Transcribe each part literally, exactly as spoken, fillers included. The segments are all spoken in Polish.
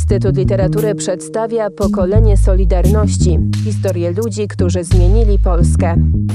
Instytut Literatury przedstawia Pokolenie Solidarności. Historię ludzi, którzy zmienili Polskę.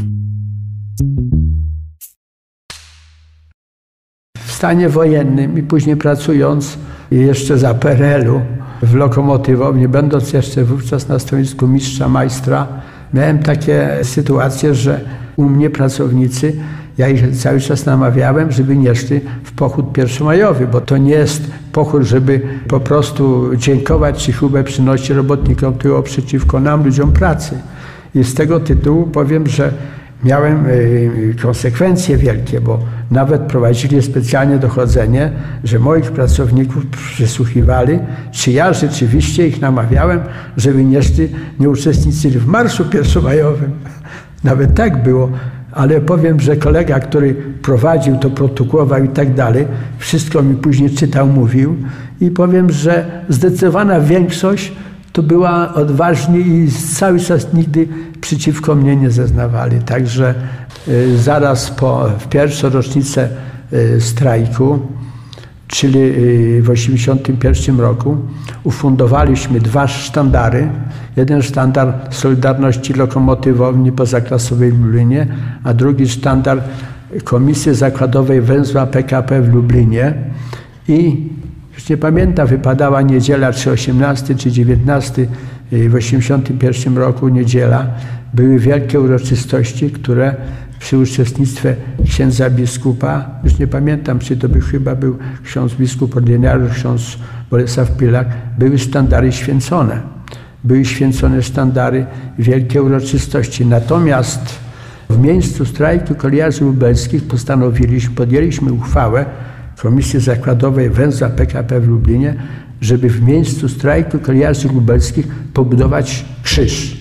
W stanie wojennym i później pracując jeszcze za P R L u w lokomotywowni, będąc jeszcze wówczas na stanowisku mistrza majstra, miałem takie sytuacje, że u mnie pracownicy, ja ich cały czas namawiałem, żeby nie szli w pochód pierwszomajowy, bo to nie jest pochód, żeby po prostu dziękować czy chubę przynosić robotnikom, tylko przeciwko nam, ludziom pracy. I z tego tytułu powiem, że miałem y, konsekwencje wielkie, bo nawet prowadzili specjalnie dochodzenie, że moich pracowników przysłuchiwali, czy ja rzeczywiście ich namawiałem, żeby nie szli, nie uczestniczyli w marszu pierwszomajowym. Nawet tak było, ale powiem, że kolega, który prowadził to, protokołował i tak dalej, wszystko mi później czytał, mówił i powiem, że zdecydowana większość to była odważni i cały czas nigdy przeciwko mnie nie zeznawali. Także y, zaraz po w pierwszą rocznicę y, strajku, czyli y, w osiemdziesiątym pierwszym roku, ufundowaliśmy dwa sztandary. Jeden sztandar Solidarności Lokomotywowni Pozaklasowej w Lublinie, a drugi sztandar Komisji Zakładowej Węzła P K P w Lublinie. I już nie pamiętam, wypadała niedziela, czy osiemnasty, czy dziewiętnasty w osiemdziesiątym pierwszym roku, niedziela. Były wielkie uroczystości, które przy uczestnictwie księdza biskupa, już nie pamiętam, czy to był chyba był ksiądz biskup ordynariusz, ksiądz Bolesław Pylak, były sztandary święcone. Były święcone sztandary, wielkie uroczystości. Natomiast w miejscu strajku kolejarzy lubelskich postanowiliśmy, podjęliśmy uchwałę Komisji Zakładowej Węzła P K P w Lublinie, żeby w miejscu strajku kolejarzy lubelskich pobudować krzyż.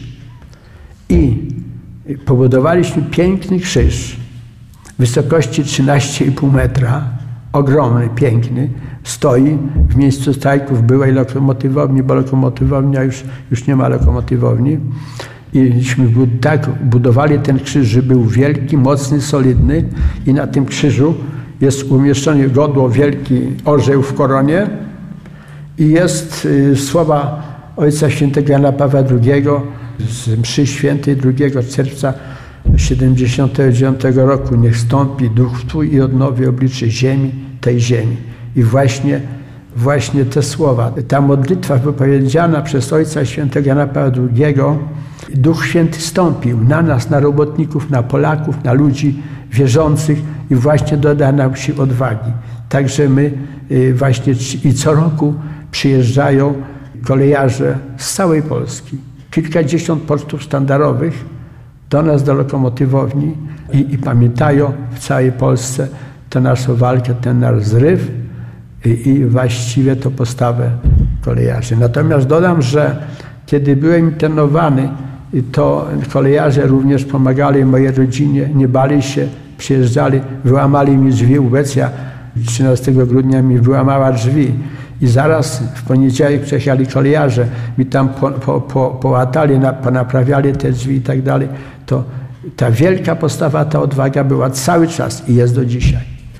I pobudowaliśmy piękny krzyż w wysokości trzynaście i pół metra, ogromny, piękny, stoi w miejscu strajku w byłej lokomotywowni, bo lokomotywownia już, już nie ma lokomotywowni. Iśmy tak budowali ten krzyż, że był wielki, mocny, solidny i na tym krzyżu jest umieszczony godło, wielki orzeł w koronie i jest y, słowa Ojca Świętego Jana Pawła drugiego z mszy świętej drugiego czerwca siedemdziesiątego dziewiątego roku. Niech stąpi Duch Twój i odnowi oblicze ziemi, tej ziemi. I właśnie, właśnie te słowa, ta modlitwa wypowiedziana przez Ojca Świętego Jana Pawła drugiego, Duch Święty stąpił na nas, na robotników, na Polaków, na ludzi wierzących i właśnie doda nam się odwagi. Także my właśnie i co roku przyjeżdżają kolejarze z całej Polski. Kilkadziesiąt portów sztandarowych do nas, do lokomotywowni i, i pamiętają w całej Polsce tę naszą walkę, ten nasz zryw i, i właściwie to postawę kolejarzy. Natomiast dodam, że kiedy byłem internowany, to kolejarze również pomagali mojej rodzinie, nie bali się, przyjeżdżali, wyłamali mi drzwi. Ubecja trzynastego grudnia mi wyłamała drzwi i zaraz w poniedziałek przyjechali kolejarze, mi tam po, po, po, połatali, naprawiali te drzwi i tak dalej. To ta wielka postawa, ta odwaga była cały czas i jest do dzisiaj.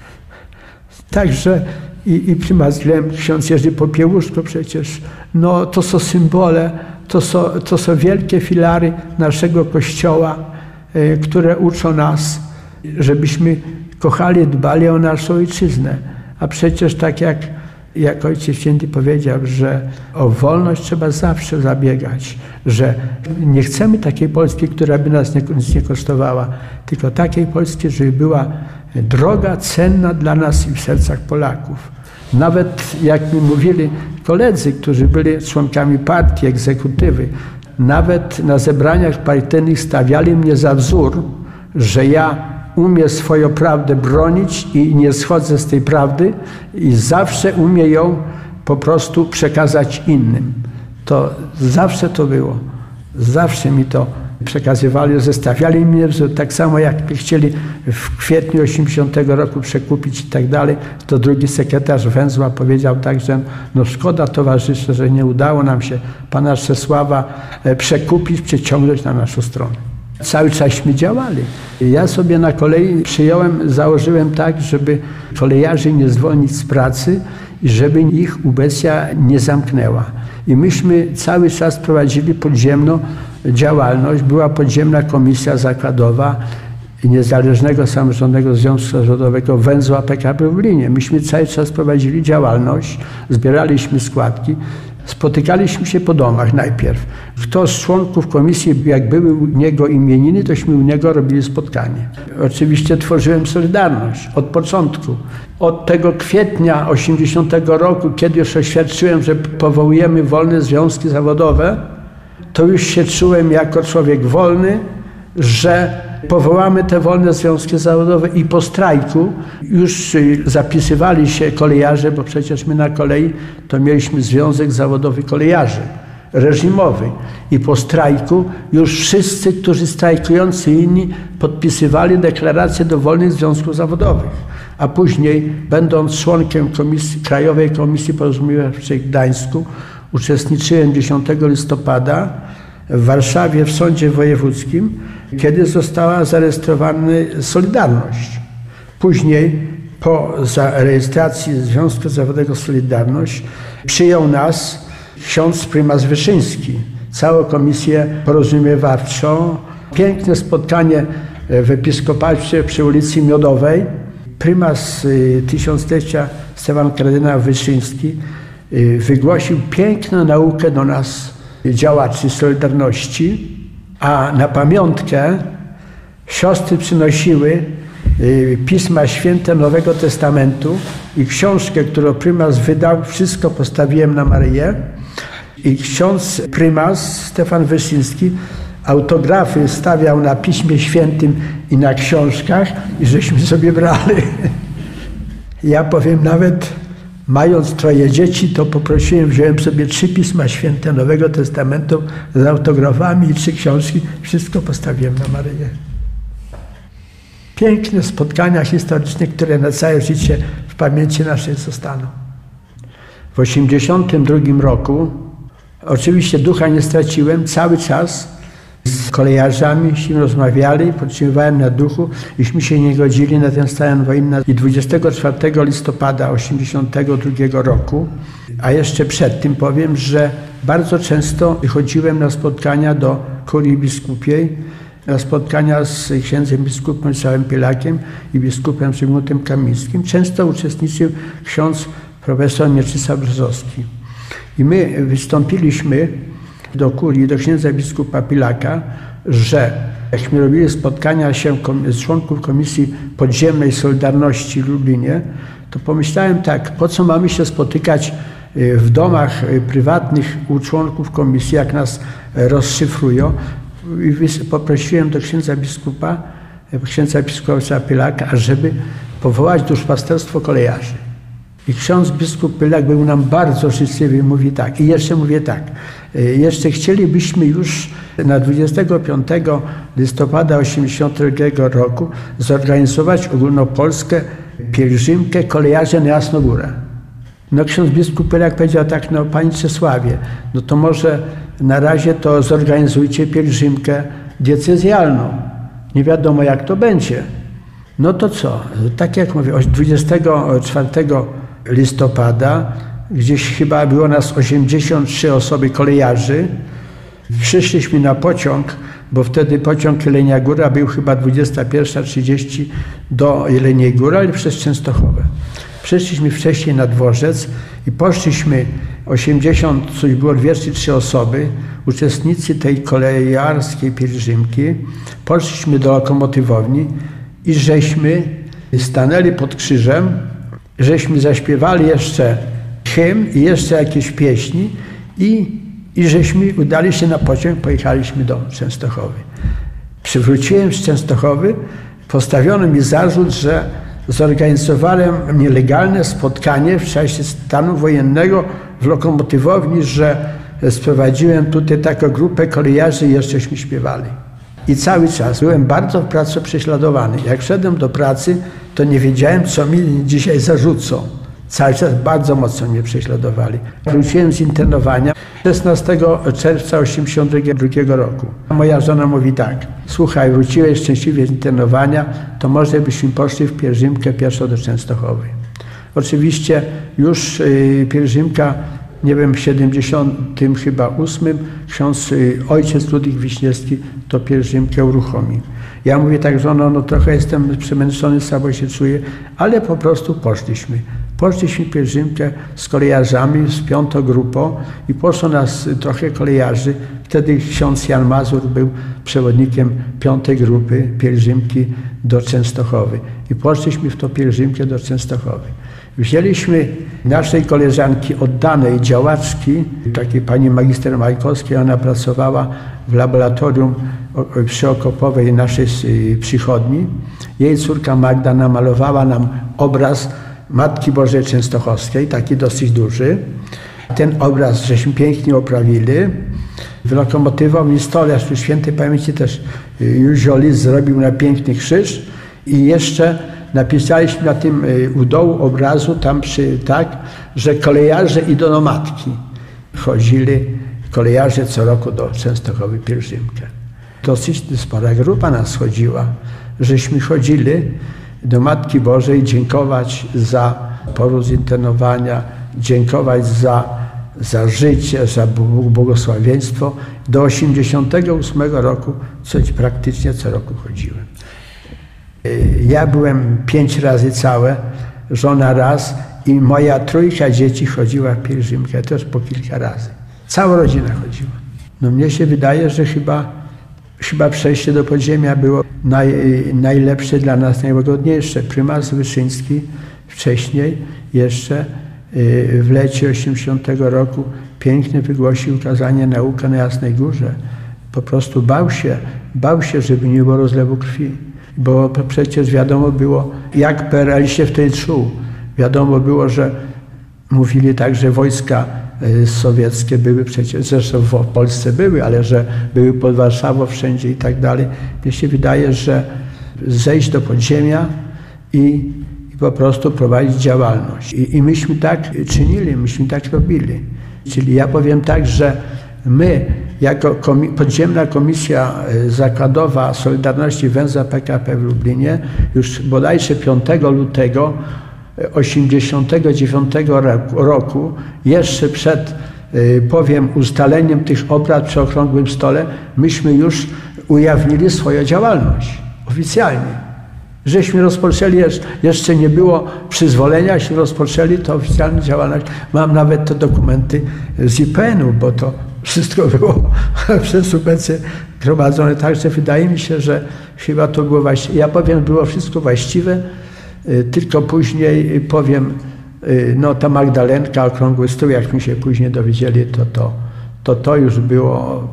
Także i, i prymas Glem, ksiądz Jerzy Popiełuszko przecież, no to są symbole, to są, to są wielkie filary naszego Kościoła, y, które uczą nas, żebyśmy kochali, dbali o naszą ojczyznę. A przecież tak jak, jak Ojciec Święty powiedział, że o wolność trzeba zawsze zabiegać, że nie chcemy takiej Polski, która by nas nie, nic nie kosztowała, tylko takiej Polski, żeby była droga, cenna dla nas i w sercach Polaków. Nawet jak mi mówili koledzy, którzy byli członkami partii, egzekutywy, nawet na zebraniach partyjnych stawiali mnie za wzór, że ja umiem swoją prawdę bronić i nie schodzę z tej prawdy i zawsze umiem ją po prostu przekazać innym. To zawsze to było. Zawsze mi to przekazywali, zestawiali mnie wzór, tak samo jak chcieli w kwietniu osiemdziesiątego roku przekupić i tak dalej, to drugi sekretarz Węzła powiedział tak, że no szkoda towarzysze, że nie udało nam się pana Czesława przekupić, przeciągnąć na naszą stronę. Cały czaśmy działali. Ja sobie na kolei przyjąłem, założyłem tak, żeby kolejarzy nie zwolnić z pracy i żeby ich ubecja nie zamknęła. I myśmy cały czas prowadzili podziemną działalność. Była podziemna komisja zakładowa Niezależnego Samorządnego Związku Zawodowego Węzła P K P w Lublinie. Myśmy cały czas prowadzili działalność, zbieraliśmy składki, spotykaliśmy się po domach najpierw. Kto z członków komisji, jak były u niego imieniny, tośmy u niego robili spotkanie. Oczywiście tworzyłem Solidarność od początku. Od tego kwietnia osiemdziesiątego roku, kiedy już oświadczyłem, że powołujemy wolne związki zawodowe, to już się czułem jako człowiek wolny, że powołamy te wolne związki zawodowe i po strajku już zapisywali się kolejarze, bo przecież my na kolei to mieliśmy Związek Zawodowy Kolejarzy, reżimowy. I po strajku już wszyscy, którzy strajkujący inni, podpisywali deklarację do wolnych związków zawodowych. A później, będąc członkiem komisji, Krajowej Komisji Porozumiewawczej w Gdańsku, uczestniczyłem dziesiątego listopada w Warszawie w Sądzie Wojewódzkim, kiedy została zarejestrowana Solidarność. Później, po rejestracji Związku Zawodowego Solidarność, przyjął nas ksiądz prymas Wyszyński, całą komisję porozumiewawczą. Piękne spotkanie w episkopacie przy ulicy Miodowej. Prymas tysiąclecia Stefan kardynał Wyszyński wygłosił piękną naukę do nas, działaczy Solidarności, a na pamiątkę siostry przynosiły Pisma Święte Nowego Testamentu i książkę, którą prymas wydał, wszystko postawiłem na Maryję. I ksiądz prymas Stefan Wyszyński autografy stawiał na Piśmie Świętym i na książkach i żeśmy sobie brali. Ja powiem, nawet mając troje dzieci, to poprosiłem, wziąłem sobie trzy Pisma Święte Nowego Testamentu z autografami i trzy książki. Wszystko postawiłem na Maryję. Piękne spotkania historyczne, które na całe życie w pamięci naszej zostaną. W osiemdziesiątym drugim roku, oczywiście ducha nie straciłem, cały czas z kolejarzami się rozmawiali, podtrzymywałem na duchu, iśmy się nie godzili na ten stan wojenny. I dwudziestego czwartego listopada osiemdziesiątego drugiego roku, a jeszcze przed tym powiem, że bardzo często chodziłem na spotkania do kurii biskupiej, na spotkania z księdzem biskupem Mieczysławem Pielakiem i biskupem Zygmuntem Kamińskim. Często uczestniczył ksiądz profesor Mieczysław Brzozowski. I my wystąpiliśmy do kurii, do księdza biskupa Pilaka, że jakśmy robili spotkania się z członków Komisji Podziemnej Solidarności w Lublinie, to pomyślałem tak, po co mamy się spotykać w domach prywatnych u członków komisji, jak nas rozszyfrują. I poprosiłem do księdza biskupa, księdza biskupa Pilaka, ażeby powołać duszpasterstwo kolejarzy. I ksiądz biskup Pylak był nam bardzo życzliwy, mówi tak, i jeszcze mówię tak, jeszcze chcielibyśmy już na dwudziestego piątego listopada osiemdziesiątego drugiego roku zorganizować ogólnopolską pielgrzymkę kolejarzy na Jasną Górę. No ksiądz biskup Pylak powiedział tak, no panie Czesławie, no to może na razie to zorganizujcie pielgrzymkę diecezjalną. Nie wiadomo jak to będzie. No to co? Tak jak mówię, dwudziestego czwartego listopada, gdzieś chyba było nas osiemdziesiąt trzy osoby kolejarzy, przyszliśmy na pociąg, bo wtedy pociąg Jelenia Góra był chyba dwudziesta pierwsza trzydzieści do Jeleniej Góry, ale przez Częstochowę. Przyszliśmy wcześniej na dworzec i poszliśmy, osiemdziesiąt, coś było, dwieście trzy osoby, uczestnicy tej kolejarskiej pielgrzymki, poszliśmy do lokomotywowni i żeśmy stanęli pod krzyżem, żeśmy zaśpiewali jeszcze hymn i jeszcze jakieś pieśni i, i żeśmy udali się na pociąg, pojechaliśmy do Częstochowy. Przywróciłem z Częstochowy, postawiono mi zarzut, że zorganizowałem nielegalne spotkanie w czasie stanu wojennego w lokomotywowni, że sprowadziłem tutaj taką grupę kolejarzy i jeszcześmy śpiewali. I cały czas byłem bardzo w pracy prześladowany. Jak szedłem do pracy, to nie wiedziałem, co mi dzisiaj zarzucą. Cały czas bardzo mocno mnie prześladowali. Wróciłem z internowania szesnastego czerwca osiemdziesiątego drugiego roku. Moja żona mówi tak, słuchaj, wróciłeś szczęśliwie z internowania, to może byśmy poszli w pielgrzymkę pieszo do Częstochowy. Oczywiście już y, pielgrzymka nie wiem, w siedemdziesiątym chyba ósmym ksiądz y, ojciec Ludwik Wiśniewski to pielgrzymkę uruchomił. Ja mówię tak, żono, no trochę jestem przemęczony, słabo się czuję, ale po prostu poszliśmy. Poszliśmy pielgrzymkę z kolejarzami, z piątą grupą i poszło nas trochę kolejarzy. Wtedy ksiądz Jan Mazur był przewodnikiem piątej grupy pielgrzymki do Częstochowy. I poszliśmy w tą pielgrzymkę do Częstochowy. Wzięliśmy naszej koleżanki oddanej działaczki, takiej pani magister Majkowskiej, ona pracowała w laboratorium przyokopowej naszej przychodni. Jej córka Magda namalowała nam obraz Matki Bożej Częstochowskiej, taki dosyć duży. Ten obraz żeśmy pięknie oprawili. Lokomotywowym stolarz tu świętej pamięci też Józio Lis zrobił na piękny krzyż i jeszcze napisaliśmy na tym u dołu obrazu tam przy, tak, że kolejarze idą do matki. Chodzili kolejarze co roku do Częstochowy pielgrzymkę. Dosyć spora grupa nas chodziła, żeśmy chodzili do Matki Bożej dziękować za poród internowania, dziękować za, za życie, za błogosławieństwo. Do osiemdziesiątego ósmego roku coś praktycznie co roku chodziłem. Ja byłem pięć razy całe, żona raz i moja trójka dzieci chodziła w pielgrzymkę też po kilka razy. Cała rodzina chodziła. No mnie się wydaje, że chyba, chyba przejście do podziemia było naj, najlepsze dla nas, najłagodniejsze. Prymas Wyszyński wcześniej jeszcze w lecie osiemdziesiątego roku pięknie wygłosił kazanie Nauka na Jasnej Górze. Po prostu bał się, bał się, żeby nie było rozlewu krwi. Bo przecież wiadomo było, jak P R L się wtedy czuł. Wiadomo było, że mówili tak, że wojska sowieckie były przecież, zresztą w Polsce były, ale że były pod Warszawą wszędzie i tak dalej. Mnie się wydaje, że zejść do podziemia i, i po prostu prowadzić działalność. I, I myśmy tak czynili, myśmy tak robili. Czyli ja powiem tak, że my jako komi podziemna komisja zakładowa Solidarności Węzła P K P w Lublinie już bodajże piątego lutego osiemdziesiątego dziewiątego roku, jeszcze przed, powiem, ustaleniem tych obrad przy okrągłym stole, myśmy już ujawnili swoją działalność oficjalnie. Żeśmy rozpoczęli, jeszcze nie było przyzwolenia, się rozpoczęli to oficjalną działalność. Mam nawet te dokumenty z I P N u, bo to wszystko było przez obecnie gromadzone. Także wydaje mi się, że chyba to było właściwe. Ja powiem, było wszystko właściwe, tylko później powiem, no ta Magdalenka, okrągły stół, jak mi się później dowiedzieli, to to, to, to już było,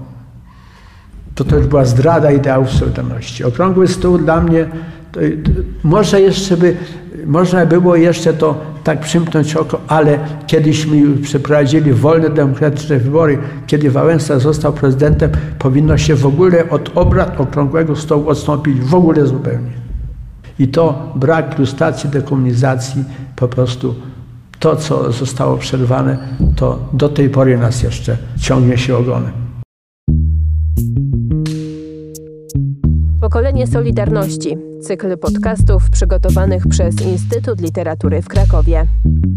to, to już była zdrada ideałów Solidarności. Okrągły stół dla mnie, to, to, może jeszcze by, można było jeszcze to tak przymknąć oko, ale kiedyśmy już przeprowadzili wolne, demokratyczne wybory, kiedy Wałęsa został prezydentem, powinno się w ogóle od obrad okrągłego stołu odstąpić w ogóle zupełnie. I to brak lustracji, dekomunizacji, po prostu to, co zostało przerwane, to do tej pory nas jeszcze ciągnie się ogonem. Pokolenie Solidarności. Cykl podcastów przygotowanych przez Instytut Literatury w Krakowie.